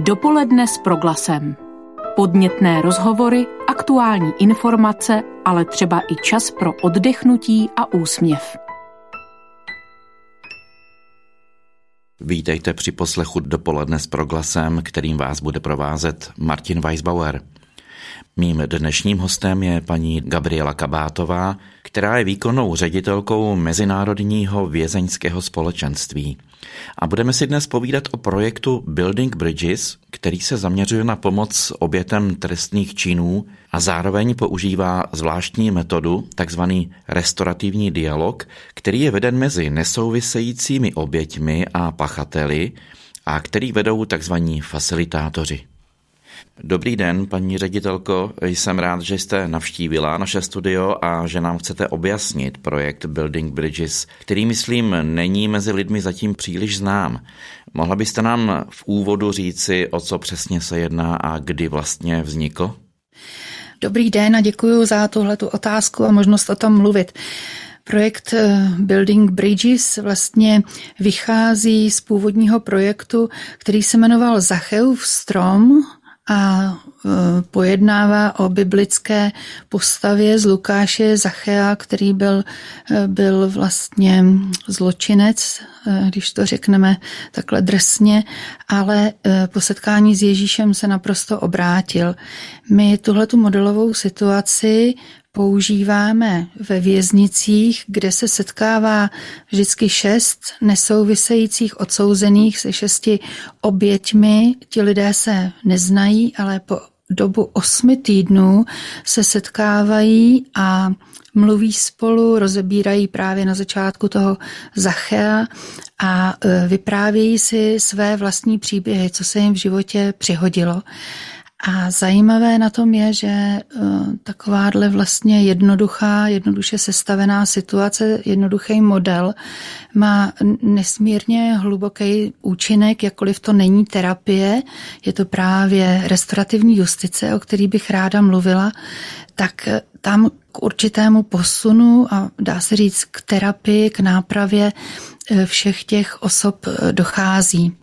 Dopoledne s Proglasem. Podnětné rozhovory, aktuální informace, ale třeba i čas pro oddechnutí a úsměv. Vítejte při poslechu Dopoledne s Proglasem, kterým vás bude provázet Martin Weisbauer. Mým dnešním hostem je paní Gabriela Kabátová, která je výkonnou ředitelkou Mezinárodního vězeňského společenství. A budeme si dnes povídat o projektu Building Bridges, který se zaměřuje na pomoc obětem trestných činů a zároveň používá zvláštní metodu, takzvaný restaurativní dialog, který je veden mezi nesouvisejícími oběťmi a pachateli a který vedou takzvaní facilitátoři. Dobrý den, paní ředitelko, jsem rád, že jste navštívila naše studio a že nám chcete objasnit projekt Building Bridges, který, myslím, není mezi lidmi zatím příliš znám. Mohla byste nám v úvodu říci, o co přesně se jedná a kdy vlastně vznikl? Dobrý den a děkuji za tuhletu otázku a možnost o tom mluvit. Projekt Building Bridges vlastně vychází z původního projektu, který se jmenoval Zacheův strom, a pojednává o biblické postavě z Lukáše Zachea, který byl vlastně zločinec, když to řekneme takhle drsně, ale po setkání s Ježíšem se naprosto obrátil. My tuhletu modelovou situaci používáme ve věznicích, kde se setkává vždycky 6 nesouvisejících odsouzených se 6 oběťmi. Ti lidé se neznají, ale po dobu 8 týdnů se setkávají a mluví spolu, rozebírají právě na začátku toho Zachea a vyprávějí si své vlastní příběhy, co se jim v životě přihodilo. A zajímavé na tom je, že takováhle vlastně jednoduše sestavená situace, jednoduchý model má nesmírně hluboký účinek, jakkoliv to není terapie, je to právě restaurativní justice, o který bych ráda mluvila, tak tam k určitému posunu a dá se říct k terapii, k nápravě všech těch osob dochází.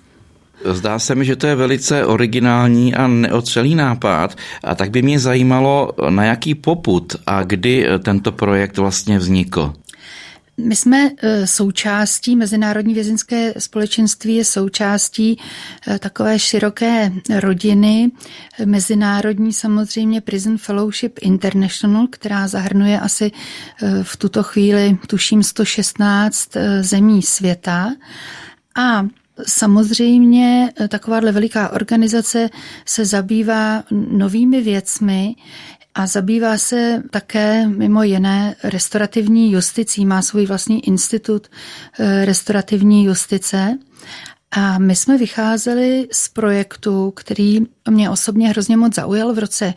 Zdá se mi, že to je velice originální a neotřelý nápad, a tak by mě zajímalo, na jaký popud a kdy tento projekt vlastně vznikl. My jsme součástí, Mezinárodní vězeňské společenství je součástí takové široké rodiny, mezinárodní samozřejmě Prison Fellowship International, která zahrnuje asi v tuto chvíli tuším 116 zemí světa. A samozřejmě takováhle veliká organizace se zabývá novými věcmi a zabývá se také mimo jiné restaurativní justicí, má svůj vlastní institut restaurativní justice. A my jsme vycházeli z projektu, který mě osobně hrozně moc zaujal v roce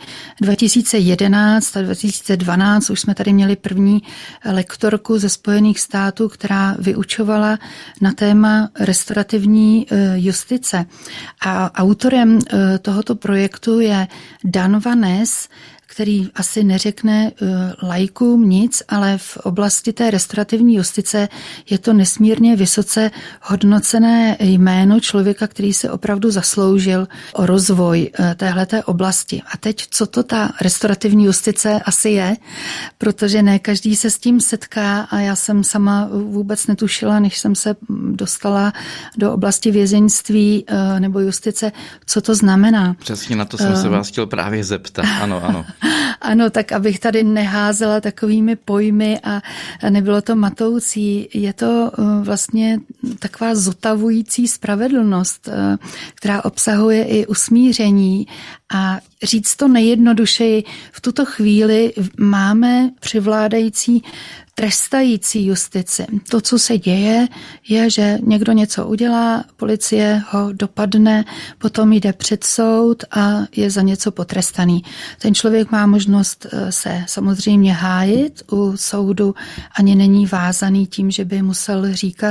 2011 a 2012. Už jsme tady měli první lektorku ze Spojených států, která vyučovala na téma restaurativní justice. A autorem tohoto projektu je Dan Van Ness, který asi neřekne laikům nic, ale v oblasti té restaurativní justice je to nesmírně vysoce hodnocené jméno člověka, který se opravdu zasloužil o rozvoj téhleté oblasti. A teď, co to ta restaurativní justice asi je, protože ne každý se s tím setká a já jsem sama vůbec netušila, než jsem se dostala do oblasti vězeňství nebo justice, co to znamená. Přesně na to jsem se vás chtěl právě zeptat, ano. Ano, tak abych tady neházela takovými pojmy a nebylo to matoucí. Je to vlastně taková zotavující spravedlnost, která obsahuje i usmíření a říct to nejjednodušeji. V tuto chvíli máme převládající trestající justici. To, co se děje, je, že někdo něco udělá, policie ho dopadne, potom jde před soud a je za něco potrestaný. Ten člověk má možnost se samozřejmě hájit u soudu, ani není vázaný tím, že by musel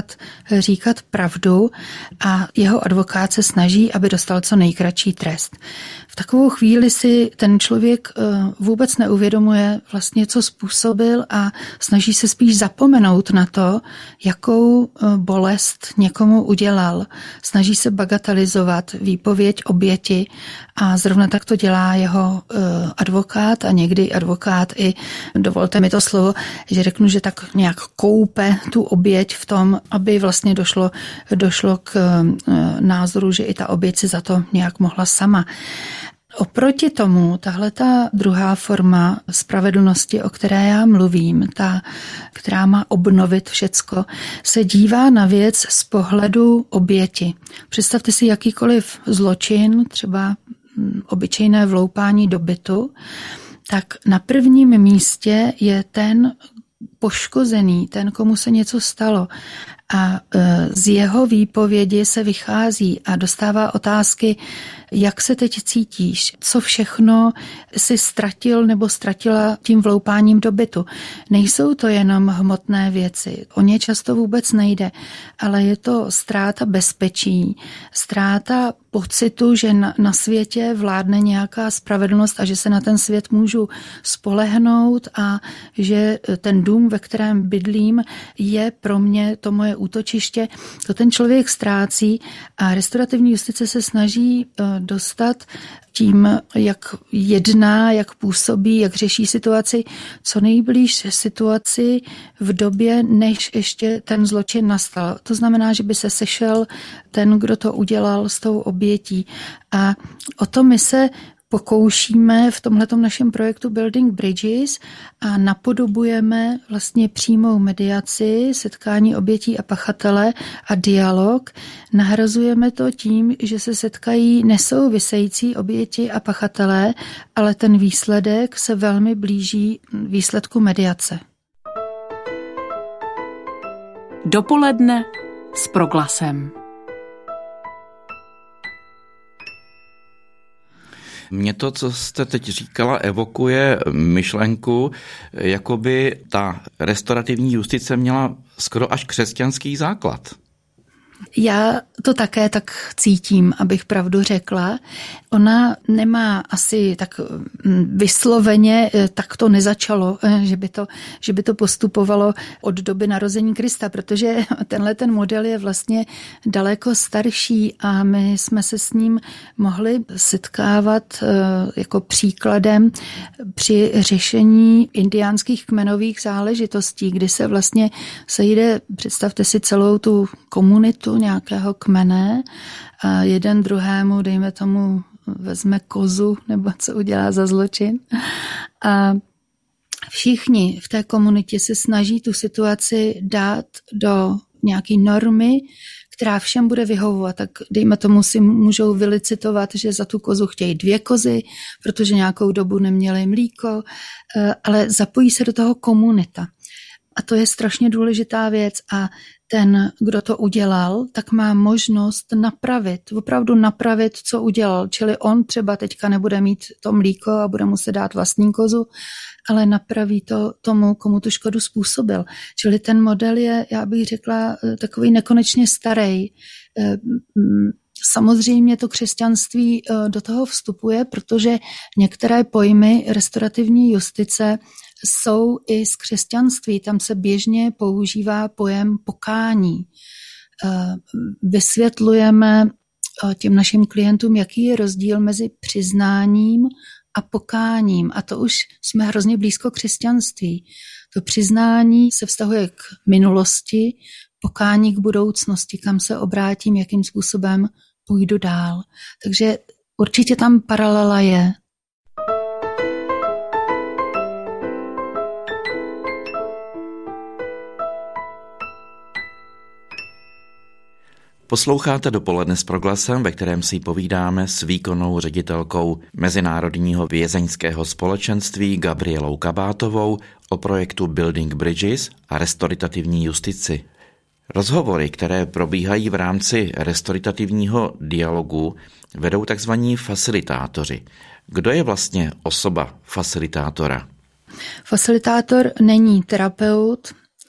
říkat pravdu a jeho advokát se snaží, aby dostal co nejkratší trest. V v takovou chvíli si ten člověk vůbec neuvědomuje vlastně, co způsobil a snaží se spíš zapomenout na to, jakou bolest někomu udělal. Snaží se bagatelizovat výpověď oběti a zrovna tak to dělá jeho advokát a někdy advokát i, dovolte mi to slovo, že řeknu, že tak nějak koupe tu oběť v tom, aby vlastně došlo k názoru, že i ta oběť si za to nějak mohla sama. Oproti tomu, tahle ta druhá forma spravedlnosti, o které já mluvím, ta, která má obnovit všecko, se dívá na věc z pohledu oběti. Představte si jakýkoliv zločin, třeba obyčejné vloupání do bytu, tak na prvním místě je ten poškozený, ten, komu se něco stalo. A z jeho výpovědi se vychází a dostává otázky, jak se teď cítíš, co všechno si ztratil nebo ztratila tím vloupáním do bytu. Nejsou to jenom hmotné věci, o ně často vůbec nejde, ale je to ztráta bezpečí, ztráta pocitu, že na světě vládne nějaká spravedlnost a že se na ten svět můžu spolehnout a že ten dům, ve kterém bydlím, je pro mě to moje útočiště. To ten člověk ztrácí a restaurativní justice se snaží dostat tím, jak jedná, jak působí, jak řeší situaci, co nejblíž situaci v době, než ještě ten zločin nastal. To znamená, že by se sešel ten, kdo to udělal s tou obětí. A o to my se pokoušíme v tomhletom našem projektu Building Bridges a napodobujeme vlastně přímou mediaci, setkání obětí a pachatele a dialog. Nahrazujeme to tím, že se setkají nesouvisející oběti a pachatelé, ale ten výsledek se velmi blíží výsledku mediace. Dopoledne s Proglasem. Mně to, co jste teď říkala, evokuje myšlenku, jakoby ta restaurativní justice měla skoro až křesťanský základ. Já to také tak cítím, abych pravdu řekla. Ona nemá asi tak vysloveně, tak to nezačalo, že by to postupovalo od doby narození Krista, protože ten model je vlastně daleko starší a my jsme se s ním mohli setkávat jako příkladem při řešení indiánských kmenových záležitostí, kdy se vlastně sejde, představte si celou tu komunitu nějakého kmene a jeden druhému, dejme tomu, vezme kozu nebo co udělá za zločin. A všichni v té komunitě se snaží tu situaci dát do nějaké normy, která všem bude vyhovovat. Tak dejme tomu si můžou vylicitovat, že za tu kozu chtějí 2 kozy, protože nějakou dobu neměli mlíko, ale zapojí se do toho komunita. A to je strašně důležitá věc a ten, kdo to udělal, tak má možnost opravdu napravit, co udělal. Čili on třeba teďka nebude mít to mlíko a bude muset dát vlastní kozu, ale napraví to tomu, komu tu škodu způsobil. Čili ten model je, já bych řekla, takový nekonečně starý. Samozřejmě to křesťanství do toho vstupuje, protože některé pojmy restaurativní justice jsou i z křesťanství. Tam se běžně používá pojem pokání. Vysvětlujeme těm našim klientům, jaký je rozdíl mezi přiznáním a pokáním. A to už jsme hrozně blízko křesťanství. To přiznání se vztahuje k minulosti, pokání k budoucnosti, kam se obrátím, jakým způsobem půjdu dál. Takže určitě tam paralela je. Posloucháte Dopoledne s Proglasem, ve kterém si povídáme s výkonnou ředitelkou Mezinárodního vězeňského společenství Gabrielou Kabátovou o projektu Building Bridges a restaurativní justici. Rozhovory, které probíhají v rámci restaurativního dialogu, vedou takzvaní facilitátoři. Kdo je vlastně osoba facilitátora? Facilitátor není terapeut,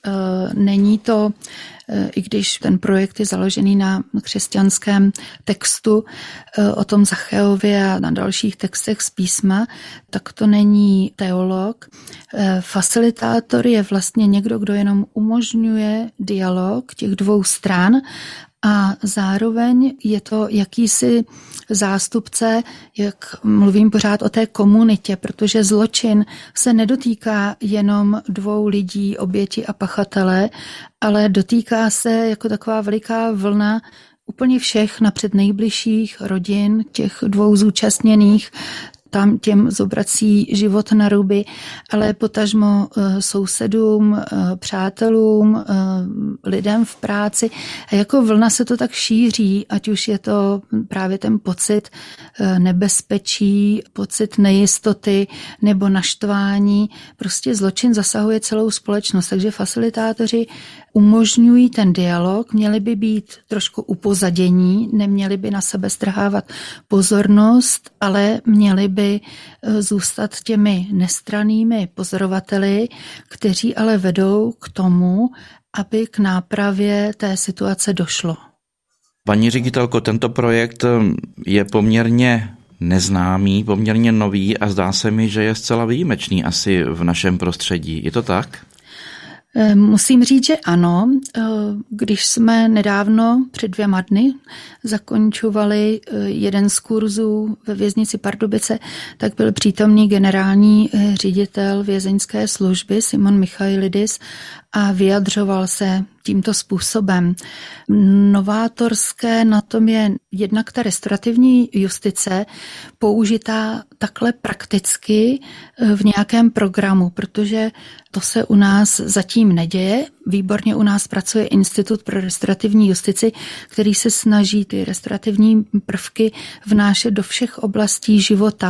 Není to, i když ten projekt je založený na křesťanském textu o tom Zacheově a na dalších textech z písma, tak to není teolog. Facilitátor je vlastně někdo, kdo jenom umožňuje dialog těch dvou stran a zároveň je to jakýsi zástupce, jak mluvím pořád o té komunitě, protože zločin se nedotýká jenom dvou lidí, oběti a pachatele, ale dotýká se jako taková veliká vlna úplně všech napřed nejbližších rodin, těch dvou zúčastněných, tam těm zobrací život na ruby, ale potažmo sousedům, přátelům, lidem v práci. A jako vlna se to tak šíří, ať už je to právě ten pocit nebezpečí, pocit nejistoty nebo naštvání. Prostě zločin zasahuje celou společnost, takže facilitátoři umožňují ten dialog, měli by být trošku upozadění, neměli by na sebe strhávat pozornost, ale měli by zůstat těmi nestrannými pozorovateli, kteří ale vedou k tomu, aby k nápravě té situace došlo. Paní ředitelko, tento projekt je poměrně neznámý, poměrně nový a zdá se mi, že je zcela výjimečný asi v našem prostředí. Je to tak? Musím říct, že ano. Když jsme nedávno, před 2 dny, zakončovali jeden z kurzů ve věznici Pardubice, tak byl přítomný generální ředitel vězeňské služby Simon Michailidis a vyjadřoval se tímto způsobem. Novátorské na tom je jednak ta restaurativní justice použitá takhle prakticky v nějakém programu, protože to se u nás zatím neděje. Výborně u nás pracuje Institut pro restaurativní justici, který se snaží ty restaurativní prvky vnášet do všech oblastí života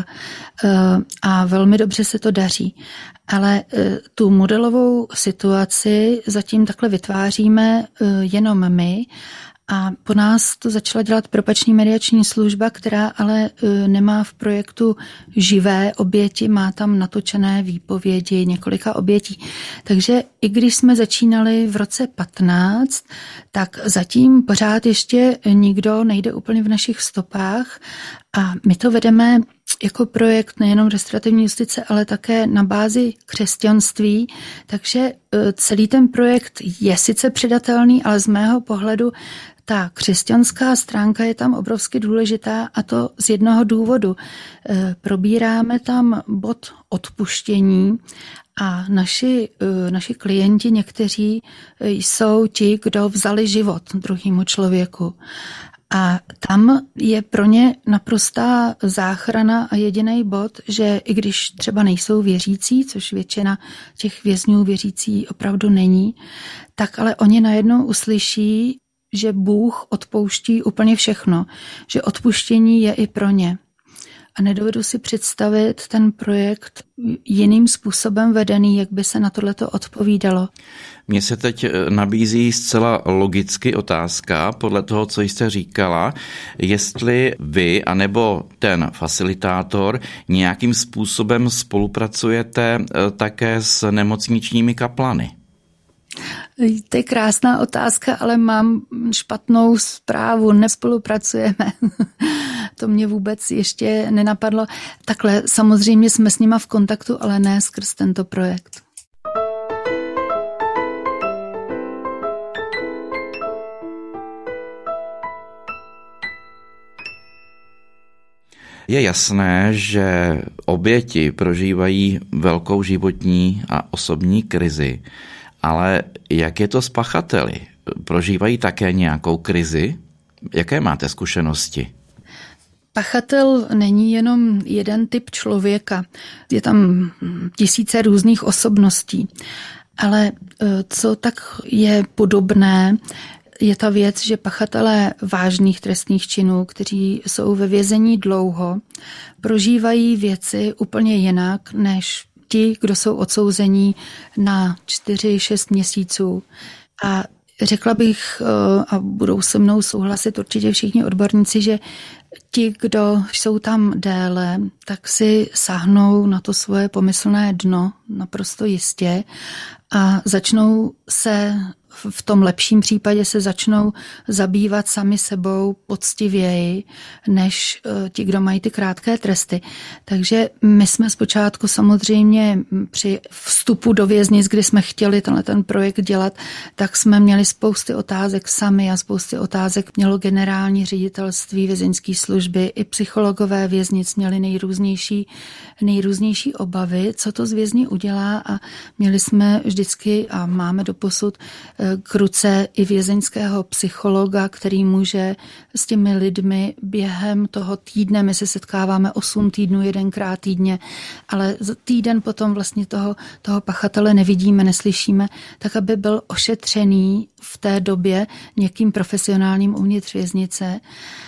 a velmi dobře se to daří. Ale tu modelovou situaci zatím takhle vytváříme jenom my a po nás to začala dělat probační mediační služba, která ale nemá v projektu živé oběti, má tam natočené výpovědi několika obětí. Takže i když jsme začínali v roce 15, tak zatím pořád ještě nikdo nejde úplně v našich stopách a my to vedeme jako projekt nejenom restaurativní justice, ale také na bázi křesťanství, takže celý ten projekt je sice předatelný, ale z mého pohledu ta křesťanská stránka je tam obrovsky důležitá a to z jednoho důvodu. Probíráme tam bod odpuštění a naši klienti někteří jsou ti, kdo vzali život druhému člověku. A tam je pro ně naprostá záchrana a jediný bod, že i když třeba nejsou věřící, což většina těch vězňů věřící opravdu není, tak ale oni najednou uslyší, že Bůh odpouští úplně všechno, že odpuštění je i pro ně. A nedovedu si představit ten projekt jiným způsobem vedený, jak by se na tohleto odpovídalo. Mně se teď nabízí zcela logicky otázka, podle toho, co jste říkala, jestli vy anebo ten facilitátor nějakým způsobem spolupracujete také s nemocničními kaplany. To je krásná otázka, ale mám špatnou zprávu, nespolupracujeme. To mě vůbec ještě nenapadlo. Takhle samozřejmě jsme s nima v kontaktu, ale ne skrz tento projekt. Je jasné, že oběti prožívají velkou životní a osobní krizi, ale jak je to s pachateli? Prožívají také nějakou krizi? Jaké máte zkušenosti? Pachatel není jenom jeden typ člověka. Je tam tisíce různých osobností. Ale co tak je podobné, je ta věc, že pachatelé vážných trestných činů, kteří jsou ve vězení dlouho, prožívají věci úplně jinak než ti, kdo jsou odsouzení na 4-6 měsíců. A řekla bych, a budou se mnou souhlasit určitě všichni odborníci, že ti, kdo jsou tam déle, tak si sáhnou na to svoje pomyslné dno naprosto jistě a začnou se v tom lepším případě se začnou zabývat sami sebou poctivěji, než ti, kdo mají ty krátké tresty. Takže my jsme zpočátku samozřejmě při vstupu do věznic, kdy jsme chtěli ten projekt dělat, tak jsme měli spousty otázek sami a spousty otázek mělo generální ředitelství vězeňské služby i psychologové věznic měli nejrůznější obavy, co to z vězni udělá a měli jsme vždycky a máme doposud k ruce i vězeňského psychologa, který může s těmi lidmi během toho týdne, my se setkáváme 8 týdnů, 1krát týdně, ale za týden potom vlastně toho pachatele nevidíme, neslyšíme, tak aby byl ošetřený v té době někým profesionálním uvnitř věznice.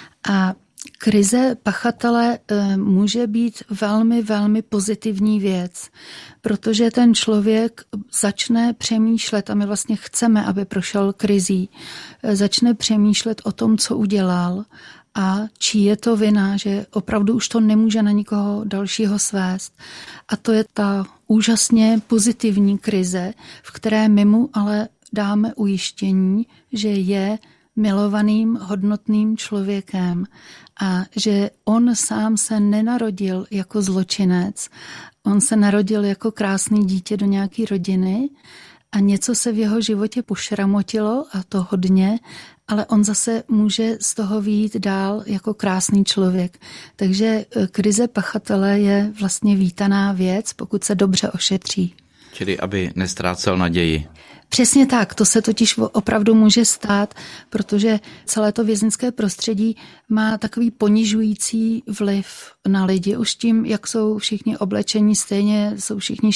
A krize pachatele může být velmi, velmi pozitivní věc, protože ten člověk začne přemýšlet, a my vlastně chceme, aby prošel krizí, začne přemýšlet o tom, co udělal a čí je to vina, že opravdu už to nemůže na nikoho dalšího svést. A to je ta úžasně pozitivní krize, v které my mu ale dáme ujištění, že je milovaným, hodnotným člověkem a že on sám se nenarodil jako zločinec, on se narodil jako krásný dítě do nějaké rodiny a něco se v jeho životě pošramotilo a to hodně, ale on zase může z toho vyjít dál jako krásný člověk. Takže krize pachatele je vlastně vítaná věc, pokud se dobře ošetří. Čili aby neztrácel naději. Přesně tak, to se totiž opravdu může stát, protože celé to vězeňské prostředí má takový ponižující vliv na lidi. Už tím, jak jsou všichni oblečení stejně, jsou všichni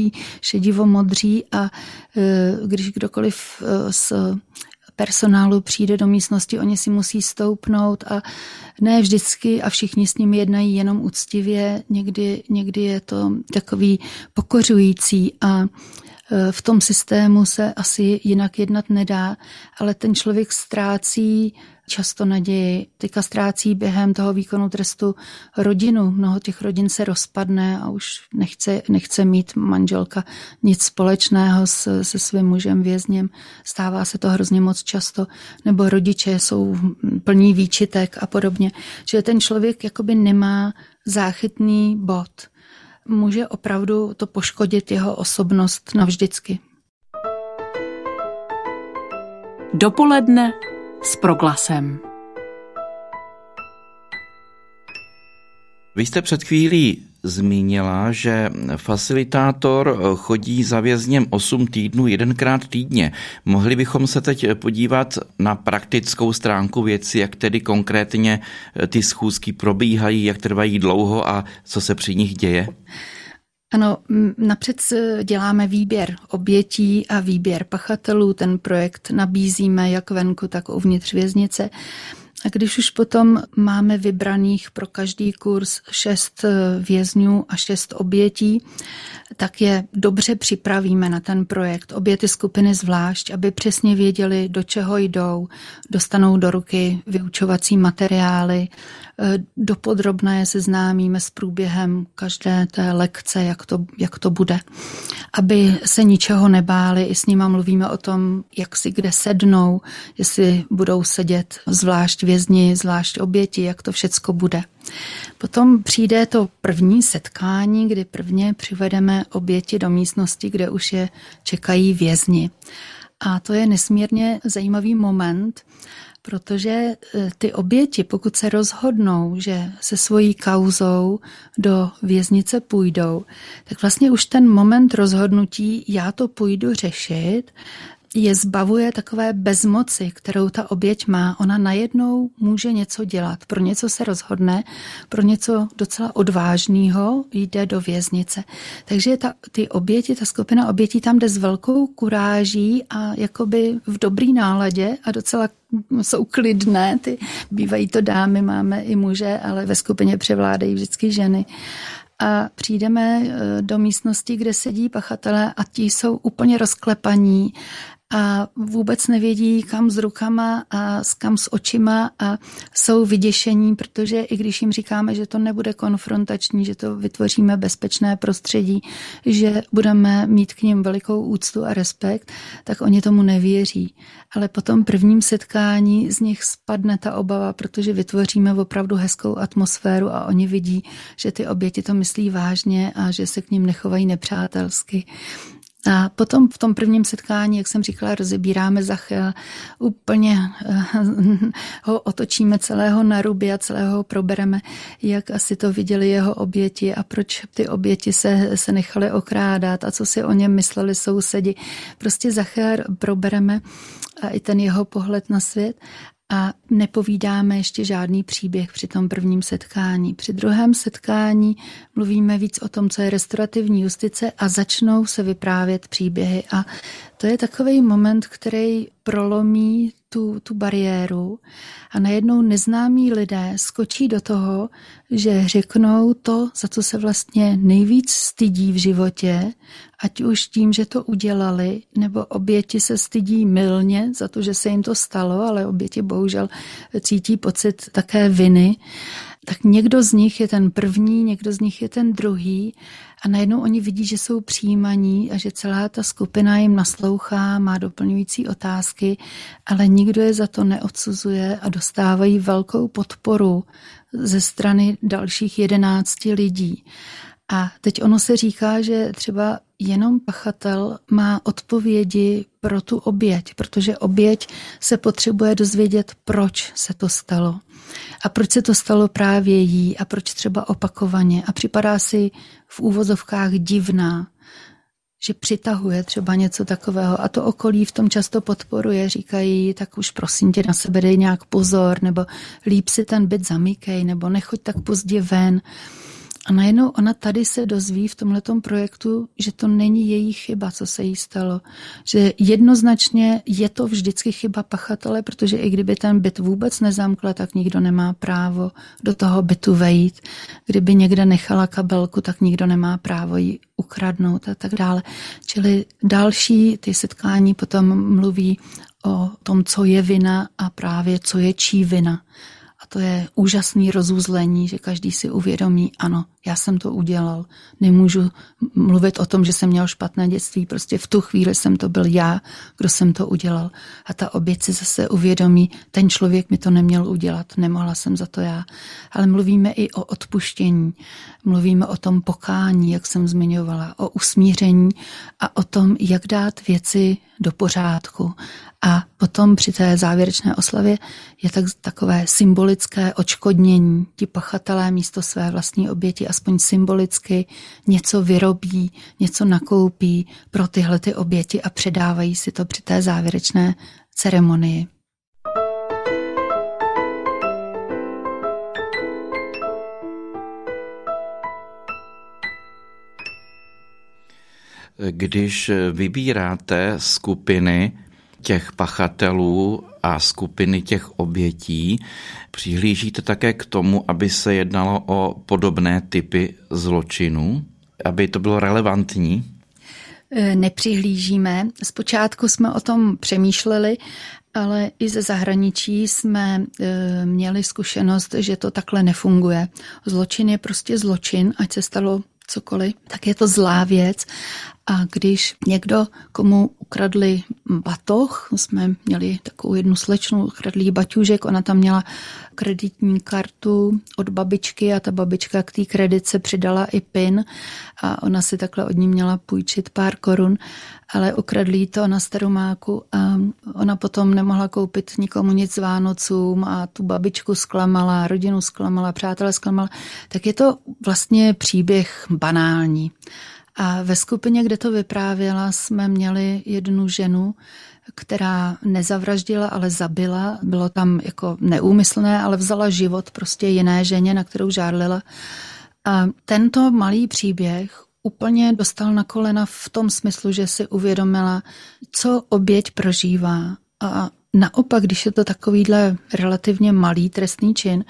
šedivo-modří a když kdokoliv z personálu přijde do místnosti, oni si musí stoupnout a ne vždycky a všichni s nimi jednají jenom úctivě, někdy je to takový pokořující a v tom systému se asi jinak jednat nedá, ale ten člověk ztrácí často naději. Teďka ztrácí během toho výkonu trestu rodinu. Mnoho těch rodin se rozpadne a už nechce mít manželka nic společného se svým mužem vězněm. Stává se to hrozně moc často. Nebo rodiče jsou plní výčitek a podobně. Čili ten člověk jakoby nemá záchytný bod. Může opravdu to poškodit jeho osobnost navždycky. Dopoledne s Proglasem. Vy jste před chvílí zmínila, že facilitátor chodí za vězněm 8 týdnů 1krát týdně. Mohli bychom se teď podívat na praktickou stránku věci, jak tedy konkrétně ty schůzky probíhají, jak trvají dlouho a co se při nich děje? Ano, napřed děláme výběr obětí a výběr pachatelů. Ten projekt nabízíme jak venku, tak uvnitř věznice. A když už potom máme vybraných pro každý kurz 6 vězňů a 6 obětí, tak je dobře připravíme na ten projekt. Obě ty skupiny zvlášť, aby přesně věděli, do čeho jdou, dostanou do ruky vyučovací materiály, dopodrobna je seznámíme s průběhem každé té lekce, jak to bude. Aby se ničeho nebáli, i s nima mluvíme o tom, jak si kde sednou, jestli budou sedět zvlášť vězni, zvlášť oběti, jak to všecko bude. Potom přijde to první setkání, kdy prvně přivedeme oběti do místnosti, kde už je čekají vězni. A to je nesmírně zajímavý moment, protože ty oběti, pokud se rozhodnou, že se svojí kauzou do věznice půjdou, tak vlastně už ten moment rozhodnutí, já to půjdu řešit, je zbavuje takové bezmoci, kterou ta oběť má. Ona najednou může něco dělat. Pro něco se rozhodne, pro něco docela odvážného jde do věznice. Takže ty oběti, ta skupina obětí tam jde s velkou kuráží a jakoby v dobrý náladě a docela jsou klidné. Bývají to dámy, máme i muže, ale ve skupině převládají vždycky ženy. A přijdeme do místnosti, kde sedí pachatelé a ti jsou úplně rozklepaní a vůbec nevědí, kam s rukama a kam s očima a jsou vyděšení, protože i když jim říkáme, že to nebude konfrontační, že to vytvoříme bezpečné prostředí, že budeme mít k nim velikou úctu a respekt, tak oni tomu nevěří. Ale po tom prvním setkání z nich spadne ta obava, protože vytvoříme opravdu hezkou atmosféru a oni vidí, že ty oběti to myslí vážně a že se k nim nechovají nepřátelsky. A potom v tom prvním setkání, jak jsem říkala, rozebíráme Zachea, úplně ho otočíme celého na ruby a celého ho probereme, jak asi to viděli jeho oběti a proč ty oběti se nechaly okrádat a co si o něm mysleli sousedi. Prostě Zachea probereme a i ten jeho pohled na svět. A nepovídáme ještě žádný příběh při tom prvním setkání. Při druhém setkání mluvíme víc o tom, co je restaurativní justice a začnou se vyprávět příběhy. A to je takový moment, který prolomí tu bariéru a najednou neznámí lidé skočí do toho, že řeknou to, za co se vlastně nejvíc stydí v životě, ať už tím, že to udělali, nebo oběti se stydí mylně za to, že se jim to stalo, ale oběti bohužel cítí pocit také viny. Tak někdo z nich je ten první, někdo z nich je ten druhý a najednou oni vidí, že jsou přijímaní a že celá ta skupina jim naslouchá, má doplňující otázky, ale nikdo je za to neodsuzuje a dostávají velkou podporu ze strany dalších 11 lidí. A teď ono se říká, že třeba jenom pachatel má odpovědi pro tu oběť, protože oběť se potřebuje dozvědět, proč se to stalo. A proč se to stalo právě jí a proč třeba opakovaně. A připadá si v úvozovkách divná, že přitahuje třeba něco takového. A to okolí v tom často podporuje, říkají, tak už prosím tě na sebe dej nějak pozor, nebo líp si ten byt zamykej, nebo nechoď tak pozdě ven. A najednou ona tady se dozví v tomhletom projektu, že to není její chyba, co se jí stalo. Že jednoznačně je to vždycky chyba pachatele, protože i kdyby ten byt vůbec nezamkla, tak nikdo nemá právo do toho bytu vejít. Kdyby někde nechala kabelku, tak nikdo nemá právo ji ukradnout a tak dále. Čili další ty setkání potom mluví o tom, co je vina a právě co je čí vina. A to je úžasný rozuzlení, že každý si uvědomí, ano, já jsem to udělal. Nemůžu mluvit o tom, že jsem měl špatné dětství, prostě v tu chvíli jsem to byl já, kdo jsem to udělal. A ta oběť si zase uvědomí, ten člověk mi to neměl udělat, nemohla jsem za to já. Ale mluvíme i o odpuštění, mluvíme o tom pokání, jak jsem zmiňovala, o usmíření a o tom, jak dát věci do pořádku. A potom při té závěrečné oslavě je takové symbolické odškodnění. Ti pachatelé místo své vlastní oběti aspoň symbolicky něco vyrobí, něco nakoupí pro tyhle ty oběti a předávají si to při té závěrečné ceremonii. Když vybíráte skupiny těch pachatelů a skupiny těch obětí, přihlížíte také k tomu, aby se jednalo o podobné typy zločinů, aby to bylo relevantní? Nepřihlížíme. Zpočátku jsme o tom přemýšleli, ale i ze zahraničí jsme měli zkušenost, že to takhle nefunguje. Zločin je prostě zločin, ať se stalo cokoliv, tak je to zlá věc. A když někdo, komu ukradli batoh, jsme měli takovou jednu slečnu, ukradli baťůžek, ona tam měla kreditní kartu od babičky a ta babička k té kreditce přidala i PIN a ona si takhle od ní měla půjčit pár korun, ale ukradli to na Staromáku a ona potom nemohla koupit nikomu nic Vánocům a tu babičku zklamala, rodinu zklamala, přátele zklamala, tak je to vlastně příběh banální. A ve skupině, kde to vyprávěla, jsme měli jednu ženu, která nezavraždila, ale zabila. Bylo tam jako neúmyslné, ale vzala život prostě jiné ženě, na kterou žárlila. A tento malý příběh úplně dostal na kolena v tom smyslu, že si uvědomila, co oběť prožívá. A naopak, když je to takovýhle relativně malý trestný čin,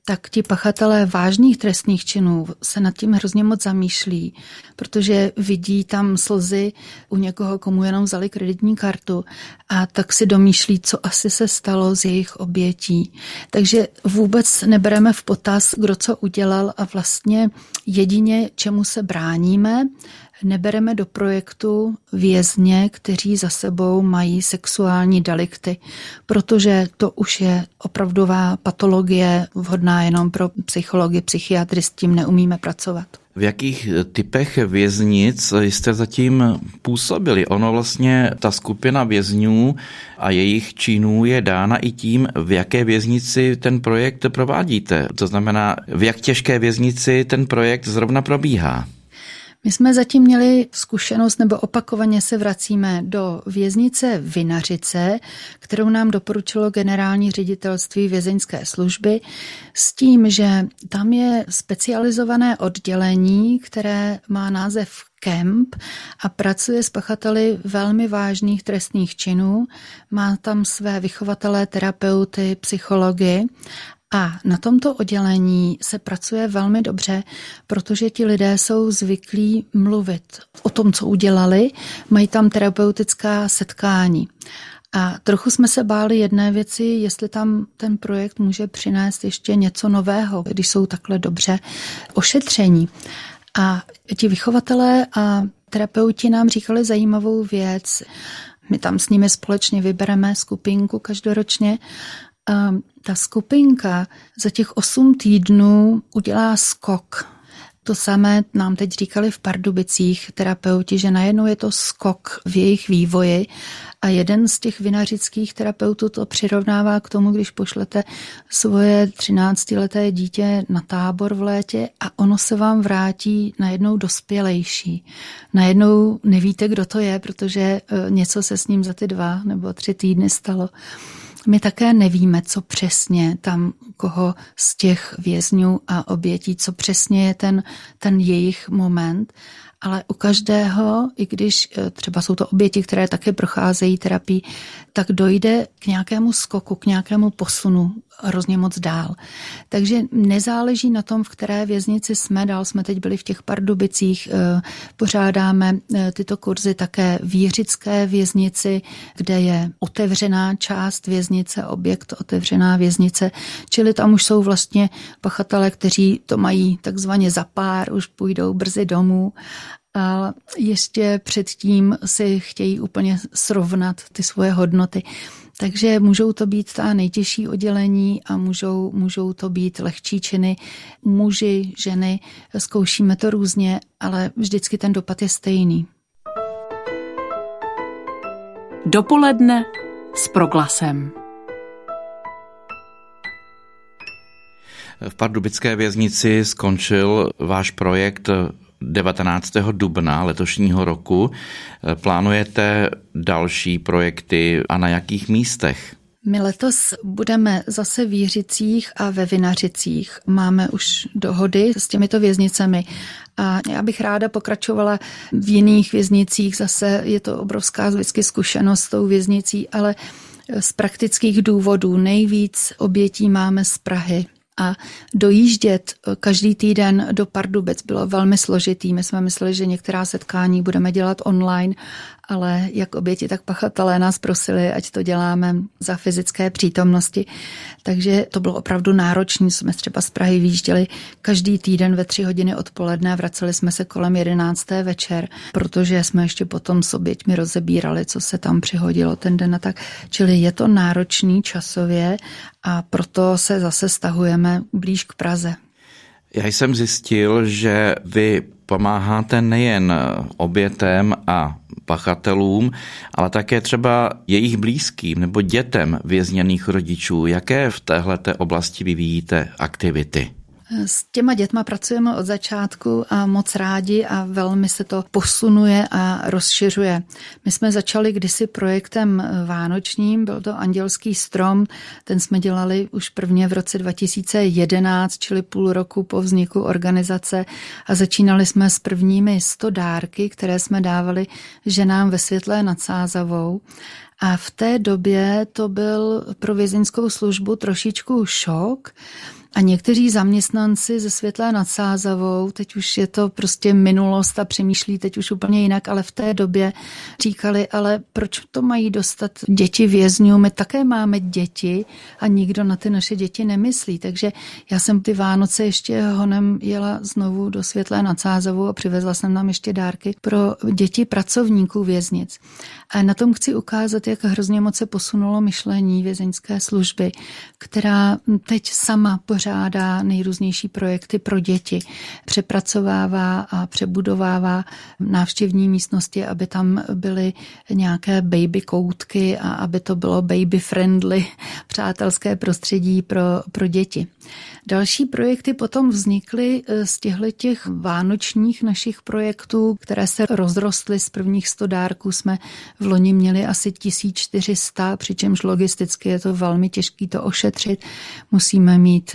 tak ti pachatelé vážných trestných činů se nad tím hrozně moc zamýšlí, protože vidí tam slzy u někoho, komu jenom vzali kreditní kartu a tak si domýšlí, co asi se stalo z jejich obětí. Takže vůbec nebereme v potaz, kdo co udělal a vlastně jedině, čemu se bráníme, nebereme do projektu vězně, kteří za sebou mají sexuální delikty, protože to už je opravdová patologie vhodná jenom pro psychology, psychiatry, s tím neumíme pracovat. V jakých typech věznic jste zatím působili? Ono vlastně, ta skupina vězňů a jejich činů je dána i tím, v jaké věznici ten projekt provádíte. To znamená, v jak těžké věznici ten projekt zrovna probíhá. My jsme zatím měli zkušenost, nebo opakovaně se vracíme do věznice Vinařice, kterou nám doporučilo generální ředitelství vězeňské služby, s tím, že tam je specializované oddělení, které má název Kemp a pracuje s pachateli velmi vážných trestných činů. Má tam své vychovatelé, terapeuty, psychology. A na tomto oddělení se pracuje velmi dobře, protože ti lidé jsou zvyklí mluvit o tom, co udělali, mají tam terapeutická setkání. A trochu jsme se báli jedné věci, jestli tam ten projekt může přinést ještě něco nového, když jsou takhle dobře ošetření. A ti vychovatelé a terapeuti nám říkali zajímavou věc. My tam s nimi společně vybereme skupinku každoročně. A ta skupinka za těch 8 týdnů udělá skok. To samé nám teď říkali v Pardubicích terapeuti, že najednou je to skok v jejich vývoji a jeden z těch vinařických terapeutů to přirovnává k tomu, když pošlete svoje 13leté dítě na tábor v létě a ono se vám vrátí najednou dospělejší. Najednou nevíte, kdo to je, protože něco se s ním za ty 2 nebo 3 týdny stalo. My také nevíme, co přesně tam koho z těch vězňů a obětí, co přesně je ten jejich moment, ale u každého, i když třeba jsou to oběti, které také procházejí terapii, tak dojde k nějakému skoku, k nějakému posunu hrozně moc dál. Takže nezáleží na tom, v které věznici jsme, dál jsme teď byli v těch Pardubicích, pořádáme tyto kurzy také v Jiřické věznici, kde je otevřená část věznice, objekt otevřená věznice, čili tam už jsou vlastně pachatelé, kteří to mají takzvaně za pár, už půjdou brzy domů a ještě předtím si chtějí úplně srovnat ty svoje hodnoty. Takže můžou to být ta nejtěžší oddělení a můžou to být lehčí činy. Muži, ženy, zkoušíme to různě, ale vždycky ten dopad je stejný. Dopoledne s Proglasem. V pardubické věznici skončil váš projekt 19. dubna letošního roku. Plánujete další projekty a na jakých místech? My letos budeme zase v Jiřicích a ve Vinařicích. Máme už dohody s těmito věznicemi a já bych ráda pokračovala v jiných věznicích. Zase je to obrovská vždycky zkušenost s tou věznicí, ale z praktických důvodů nejvíc obětí máme z Prahy. A dojíždět každý týden do Pardubic bylo velmi složitý. My jsme mysleli, že některá setkání budeme dělat online, ale jak oběti, tak pachatelé nás prosili, ať to děláme za fyzické přítomnosti. Takže to bylo opravdu náročné. Jsme třeba z Prahy vyjížděli každý týden ve 3 hodiny odpoledne a vraceli jsme se kolem 11. večer, protože jsme ještě potom s oběťmi rozebírali, co se tam přihodilo ten den a tak. Čili je to náročný časově a proto se zase stahujeme blíž k Praze. Já jsem zjistil, že vy pomáháte nejen obětem a pachatelům, ale také třeba jejich blízkým nebo dětem vězněných rodičů. Jaké v téhleté oblasti vyvíjíte aktivity? S těma dětma pracujeme od začátku a moc rádi a velmi se to posunuje a rozšiřuje. My jsme začali kdysi projektem vánočním, byl to Andělský strom, ten jsme dělali už prvně v roce 2011, čili půl roku po vzniku organizace a začínali jsme s prvními 100 dárky, které jsme dávali ženám ve Světlé nad Sázavou. A v té době to byl pro vězeňskou službu trošičku šok. A někteří zaměstnanci ze Světlé nad Sázavou, teď už je to prostě minulost a přemýšlí teď už úplně jinak, ale v té době říkali, ale proč to mají dostat děti vězňů? My také máme děti a nikdo na ty naše děti nemyslí. Takže já jsem ty Vánoce ještě honem jela znovu do Světlé nad Sázavou a přivezla jsem tam ještě dárky pro děti pracovníků věznic. A na tom chci ukázat, jak hrozně moc se posunulo myšlení vězeňské služby, která teď sama pořádá nejrůznější projekty pro děti. Přepracovává a přebudovává návštěvní místnosti, aby tam byly nějaké baby koutky a aby to bylo baby friendly, přátelské prostředí pro děti. Další projekty potom vznikly z těch vánočních našich projektů, které se rozrostly. Z prvních 100 dárků jsme v loni měli asi 1400, přičemž logisticky je to velmi těžké to ošetřit. Musíme mít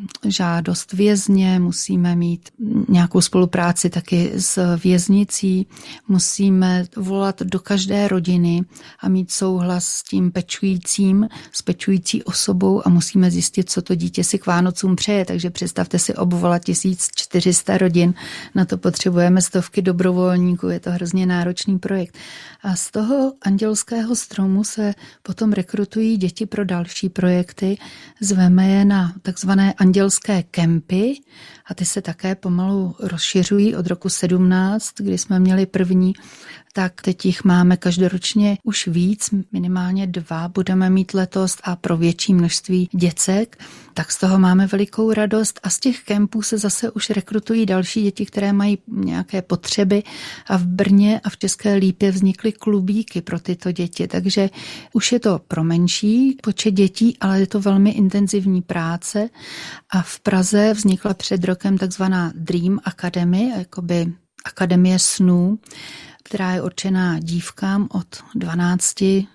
žádost vězně, musíme mít nějakou spolupráci taky s věznicí, musíme volat do každé rodiny a mít souhlas s tím pečujícím, s pečující osobou a musíme zjistit, co to dítě si k Vánocům přeje. Takže představte si obvolat 1400 rodin, na to potřebujeme stovky dobrovolníků, je to hrozně náročný projekt. A z toho andělského stromu se potom rekrutují děti pro další projekty. Zveme je na takzvané andělské kempy a ty se také pomalu rozšiřují od roku 17, kdy jsme měli první, tak teď jich máme každoročně už víc, minimálně 2 budeme mít letos a pro větší množství děcek, tak z toho máme velikou radost a z těch kempů se zase už rekrutují další děti, které mají nějaké potřeby a v Brně a v České Lípě vznikly klubíky pro tyto děti, takže už je to pro menší počet dětí, ale je to velmi intenzivní práce a v Praze vznikla před rokem takzvaná Dream Academy, jakoby akademie snů, která je určená dívkám od 12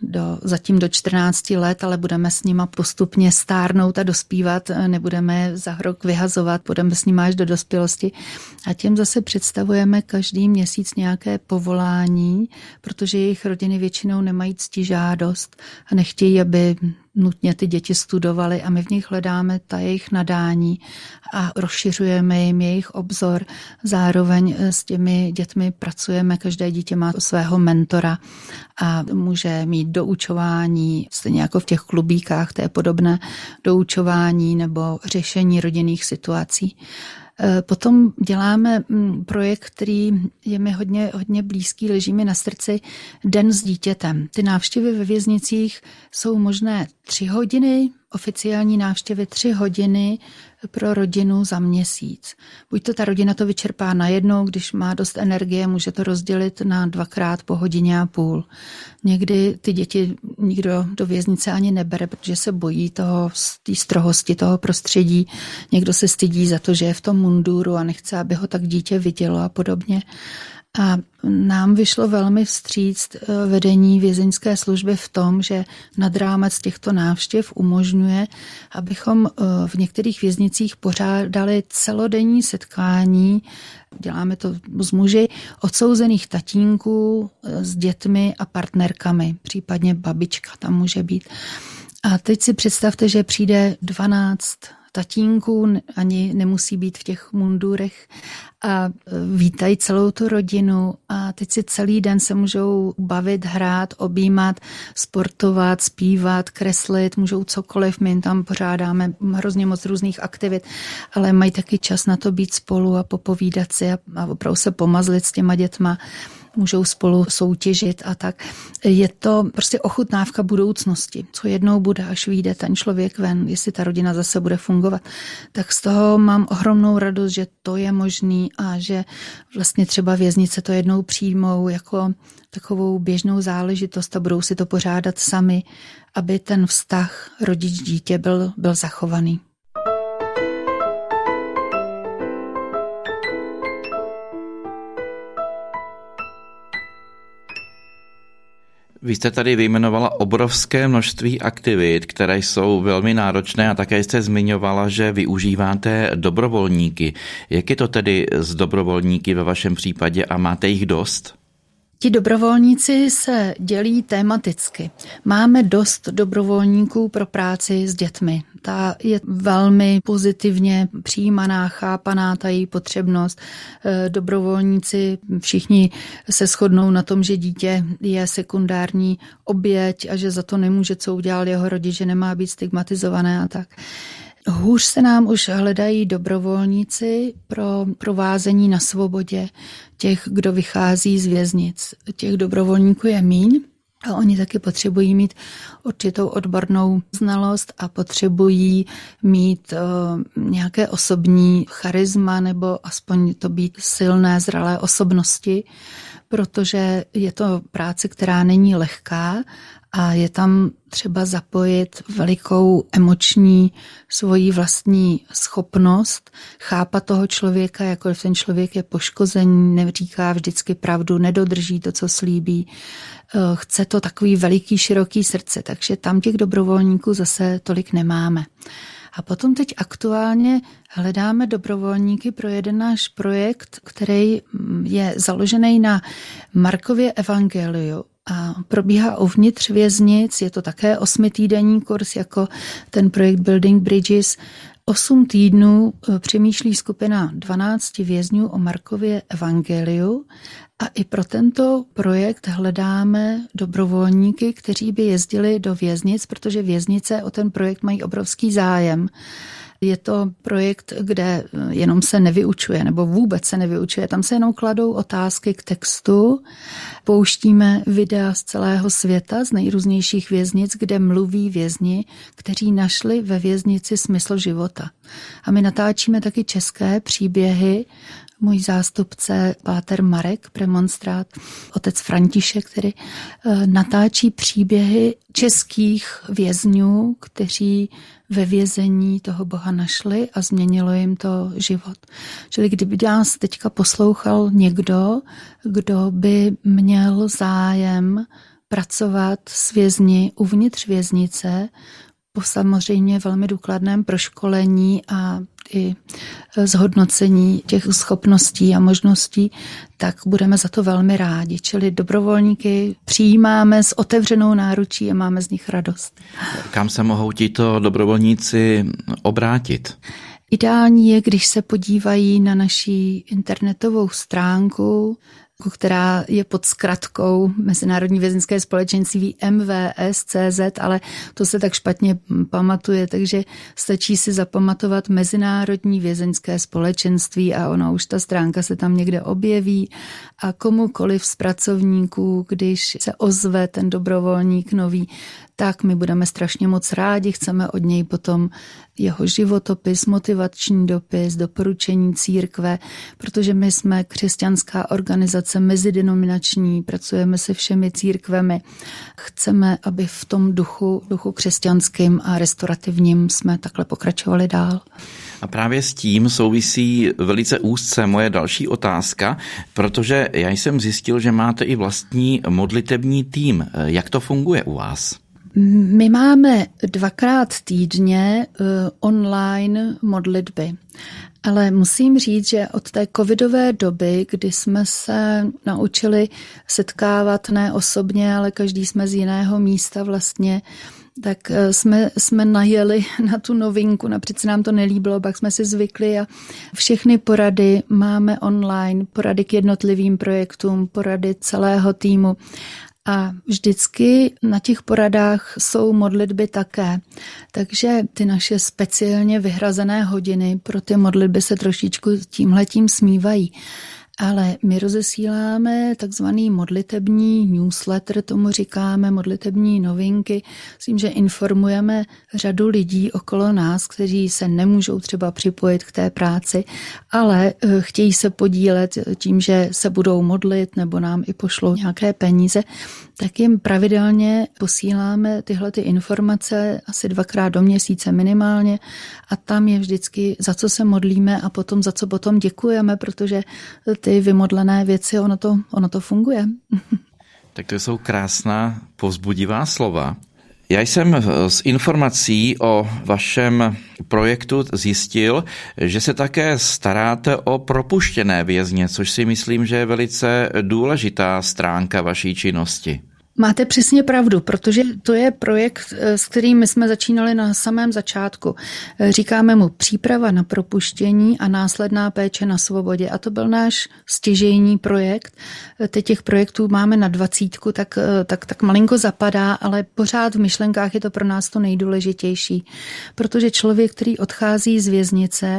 zatím do 14 let, ale budeme s nima postupně stárnout a dospívat, nebudeme za rok vyhazovat, budeme s nima až do dospělosti. A těm zase představujeme každý měsíc nějaké povolání, protože jejich rodiny většinou nemají ctižádost a nechtějí, aby nutně ty děti studovaly a my v nich hledáme ta jejich nadání a rozšiřujeme jim jejich obzor. Zároveň s těmi dětmi pracujeme, každé dítě má svého mentora a může mít doučování, stejně jako v těch klubíkách, to je podobné doučování nebo řešení rodinných situací. Potom děláme projekt, který je mi hodně blízký, leží mi na srdci, Den s dítětem. Ty návštěvy ve věznicích jsou možné 3 hodiny, oficiální návštěvy 3 hodiny pro rodinu za měsíc. Buď to ta rodina to vyčerpá najednou, když má dost energie, může to rozdělit na 2krát po 1,5 hodiny. Někdy ty děti nikdo do věznice ani nebere, protože se bojí té strohosti toho prostředí. Někdo se stydí za to, že je v tom munduru a nechce, aby ho tak dítě vidělo a podobně. A nám vyšlo velmi vstříc vedení vězeňské služby v tom, že nad rámec těchto návštěv umožňuje, abychom v některých věznicích pořádali celodenní setkání, děláme to s muži, odsouzených tatínků s dětmi a partnerkami, případně babička tam může být. A teď si představte, že přijde 12 tatínků, ani nemusí být v těch mundurech a vítají celou tu rodinu a teď si celý den se můžou bavit, hrát, objímat, sportovat, zpívat, kreslit, můžou cokoliv, my jim tam pořádáme hrozně moc různých aktivit, ale mají taky čas na to být spolu a popovídat si a opravdu se pomazlit s těma dětma. Můžou spolu soutěžit a tak. Je to prostě ochutnávka budoucnosti, co jednou bude, až vyjde ten člověk ven, jestli ta rodina zase bude fungovat. Tak z toho mám ohromnou radost, že to je možný a že vlastně třeba věznice to jednou přijmou jako takovou běžnou záležitost a budou si to pořádat sami, aby ten vztah rodič-dítě byl zachovaný. Vy jste tady vyjmenovala obrovské množství aktivit, které jsou velmi náročné a také jste zmiňovala, že využíváte dobrovolníky. Jak je to tedy s dobrovolníky ve vašem případě a máte jich dost? Ti dobrovolníci se dělí tematicky. Máme dost dobrovolníků pro práci s dětmi. Ta je velmi pozitivně přijímaná, chápaná, ta její potřebnost. Dobrovolníci všichni se shodnou na tom, že dítě je sekundární oběť a že za to nemůže, co udělal jeho rodič, že nemá být stigmatizované a tak. Hůř se nám už hledají dobrovolníci pro provázení na svobodě těch, kdo vychází z věznic. Těch dobrovolníků je míň a oni taky potřebují mít určitou odbornou znalost a potřebují mít nějaké osobní charisma nebo aspoň to být silné, zralé osobnosti, protože je to práce, která není lehká a je tam třeba zapojit velikou emoční svoji vlastní schopnost, chápat toho člověka, jakkoliv ten člověk je poškozený, neříká vždycky pravdu, nedodrží to, co slíbí. Chce to takový veliký, široký srdce, takže tam těch dobrovolníků zase tolik nemáme. A potom teď aktuálně hledáme dobrovolníky pro jeden náš projekt, který je založený na Markově evangeliu a probíhá uvnitř věznic. Je to také 8týdenní kurz jako ten projekt Building Bridges. 8 týdnů přemýšlí skupina 12 vězňů o Markově evangeliu a i pro tento projekt hledáme dobrovolníky, kteří by jezdili do věznic, protože věznice o ten projekt mají obrovský zájem. Je to projekt, kde jenom se nevyučuje, nebo vůbec se nevyučuje. Tam se jenom kladou otázky k textu. Pouštíme videa z celého světa, z nejrůznějších věznic, kde mluví vězni, kteří našli ve věznici smysl života. A my natáčíme taky české příběhy. Můj zástupce páter Marek, premonstrát, otec František, který natáčí příběhy českých vězňů, kteří ve vězení toho Boha našli a změnilo jim to život. Čili kdyby nás teďka poslouchal někdo, kdo by měl zájem pracovat s vězni uvnitř věznice, po samozřejmě velmi důkladném proškolení a i zhodnocení těch schopností a možností, tak budeme za to velmi rádi. Čili dobrovolníky přijímáme s otevřenou náručí a máme z nich radost. Kam se mohou tito dobrovolníci obrátit? Ideální je, když se podívají na naší internetovou stránku, která je pod zkratkou Mezinárodní vězeňské společenství MVS.cz, ale to se tak špatně pamatuje, takže stačí si zapamatovat Mezinárodní vězeňské společenství a ona už ta stránka se tam někde objeví a komukoliv z pracovníků, když se ozve ten dobrovolník nový, tak my budeme strašně moc rádi, chceme od něj potom jeho životopis, motivační dopis, doporučení církve, protože my jsme křesťanská organizace mezidenominační, pracujeme se všemi církvemi. Chceme, aby v tom duchu křesťanským a restaurativním jsme takhle pokračovali dál. A právě s tím souvisí velice úzce moje další otázka, protože já jsem zjistil, že máte i vlastní modlitební tým. Jak to funguje u vás? My máme 2krát týdně online modlitby, ale musím říct, že od té covidové doby, kdy jsme se naučili setkávat ne osobně, ale každý jsme z jiného místa vlastně, tak jsme najeli na tu novinku, například se nám to nelíbilo, pak jsme si zvykli a všechny porady máme online, porady k jednotlivým projektům, porady celého týmu. A vždycky na těch poradách jsou modlitby také. Takže ty naše speciálně vyhrazené hodiny pro ty modlitby se trošičku tímhletím smívají. Ale my rozesíláme takzvaný modlitební newsletter, tomu říkáme modlitební novinky. Myslím, že informujeme řadu lidí okolo nás, kteří se nemůžou třeba připojit k té práci, ale chtějí se podílet tím, že se budou modlit nebo nám i pošlou nějaké peníze, tak jim pravidelně posíláme tyhle ty informace asi 2krát do měsíce minimálně a tam je vždycky, za co se modlíme a potom za co potom děkujeme, protože ty vymodlené věci, ono to funguje. Tak to jsou krásná, povzbudivá slova. Já jsem z informací o vašem projektu zjistil, že se také staráte o propuštěné vězně, což si myslím, že je velice důležitá stránka vaší činnosti. Máte přesně pravdu, protože to je projekt, s kterým my jsme začínali na samém začátku. Říkáme mu příprava na propuštění a následná péče na svobodě. A to byl náš stěžejní projekt. Teď těch projektů máme na 20, tak malinko zapadá, ale pořád v myšlenkách je to pro nás to nejdůležitější. Protože člověk, který odchází z věznice,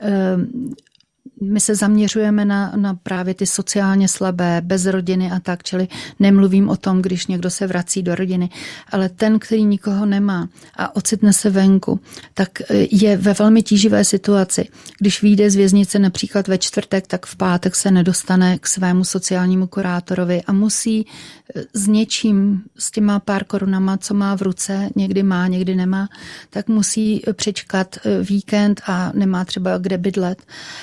my se zaměřujeme na právě ty sociálně slabé, bez rodiny a tak, čili nemluvím o tom, když někdo se vrací do rodiny, ale ten, který nikoho nemá a ocitne se venku, tak je ve velmi tíživé situaci. Když vyjde z věznice například ve čtvrtek, tak v pátek se nedostane k svému sociálnímu kurátorovi a musí s něčím, s těma pár korunama, co má v ruce, někdy má, někdy nemá, tak musí přečkat víkend a nemá třeba kde bydlet.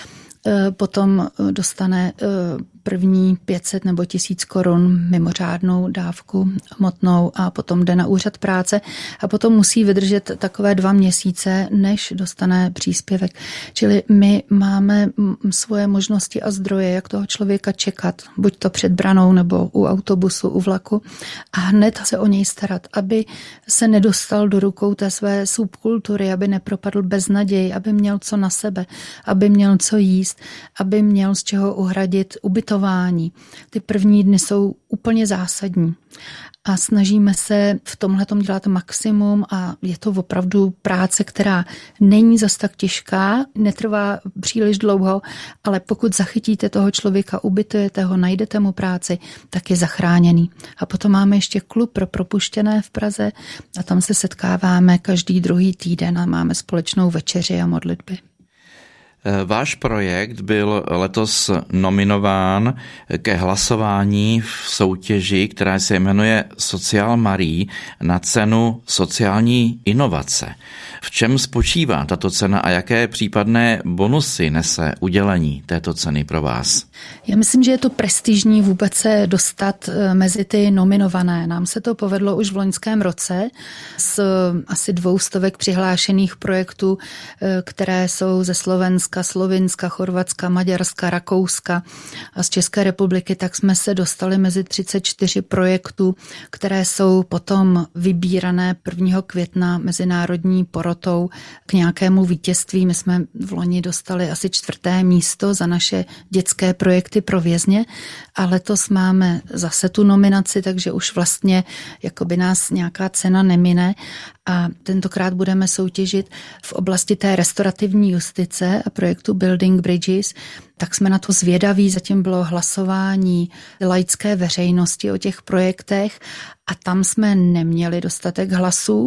Potom dostane první 500 nebo 1000 korun mimořádnou dávku hmotnou a potom jde na úřad práce a potom musí vydržet takové 2 měsíce, než dostane příspěvek. Čili my máme svoje možnosti a zdroje, jak toho člověka čekat, buď to před branou nebo u autobusu, u vlaku a hned se o něj starat, aby se nedostal do rukou té své subkultury, aby nepropadl beznaději, aby měl co na sebe, aby měl co jíst, aby měl z čeho uhradit ubytování. Ty první dny jsou úplně zásadní a snažíme se v tomhletom dělat maximum a je to opravdu práce, která není zas tak těžká, netrvá příliš dlouho, ale pokud zachytíte toho člověka, ubytujete ho, najdete mu práci, tak je zachráněný. A potom máme ještě klub pro propuštěné v Praze a tam se setkáváme každý druhý týden a máme společnou večeři a modlitby. Váš projekt byl letos nominován ke hlasování v soutěži, která se jmenuje Social Marie na cenu sociální inovace. V čem spočívá tato cena a jaké případné bonusy nese udělení této ceny pro vás? Já myslím, že je to prestižní vůbec se dostat mezi ty nominované. Nám se to povedlo už v loňském roce z asi 200 přihlášených projektů, které jsou ze Slovinska, Chorvatska, Maďarska, Rakouska a z České republiky, tak jsme se dostali mezi 34 projektů, které jsou potom vybírané 1. května mezinárodní porotou k nějakému vítězství. My jsme v loni dostali asi 4. místo za naše dětské projekty pro vězně a letos máme zase tu nominaci, takže už vlastně jakoby nás nějaká cena nemine a tentokrát budeme soutěžit v oblasti té restaurativní justice a projektu Building Bridges, tak jsme na to zvědaví, zatím bylo hlasování laické veřejnosti o těch projektech a tam jsme neměli dostatek hlasů,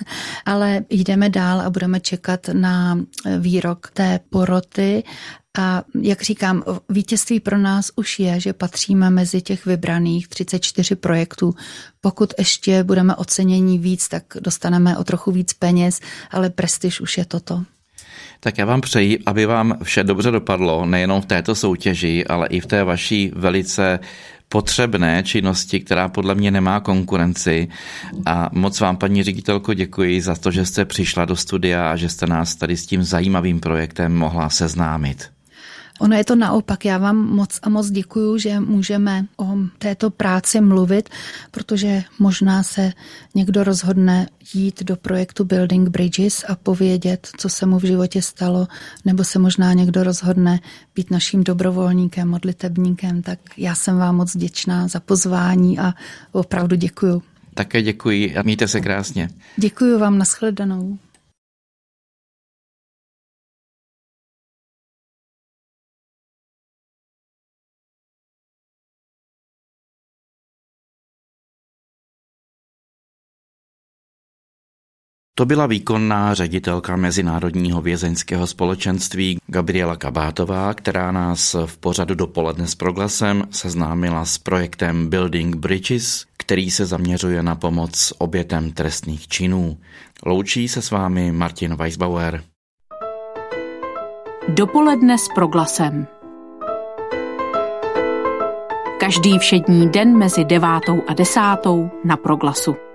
ale jdeme dál a budeme čekat na výrok té poroty. A jak říkám, vítězství pro nás už je, že patříme mezi těch vybraných 34 projektů. Pokud ještě budeme ocenění víc, tak dostaneme o trochu víc peněz, ale prestiž už je toto. Tak já vám přeji, aby vám vše dobře dopadlo, nejenom v této soutěži, ale i v té vaší velice potřebné činnosti, která podle mě nemá konkurenci. A moc vám, paní ředitelko, děkuji za to, že jste přišla do studia a že jste nás tady s tím zajímavým projektem mohla seznámit. Ono je to naopak. Já vám moc a moc děkuju, že můžeme o této práci mluvit, protože možná se někdo rozhodne jít do projektu Building Bridges a povědět, co se mu v životě stalo, nebo se možná někdo rozhodne být naším dobrovolníkem, modlitebníkem. Tak já jsem vám moc vděčná za pozvání a opravdu děkuju. Také děkuji a mějte se krásně. Děkuju vám, nashledanou. To byla výkonná ředitelka Mezinárodního vězeňského společenství Gabriela Kabátová, která nás v pořadu Dopoledne s Proglasem seznámila s projektem Building Bridges, který se zaměřuje na pomoc obětem trestných činů. Loučí se s vámi Martin Weisbauer. Dopoledne s Proglasem. Každý všední den mezi 9. a 10. na Proglasu.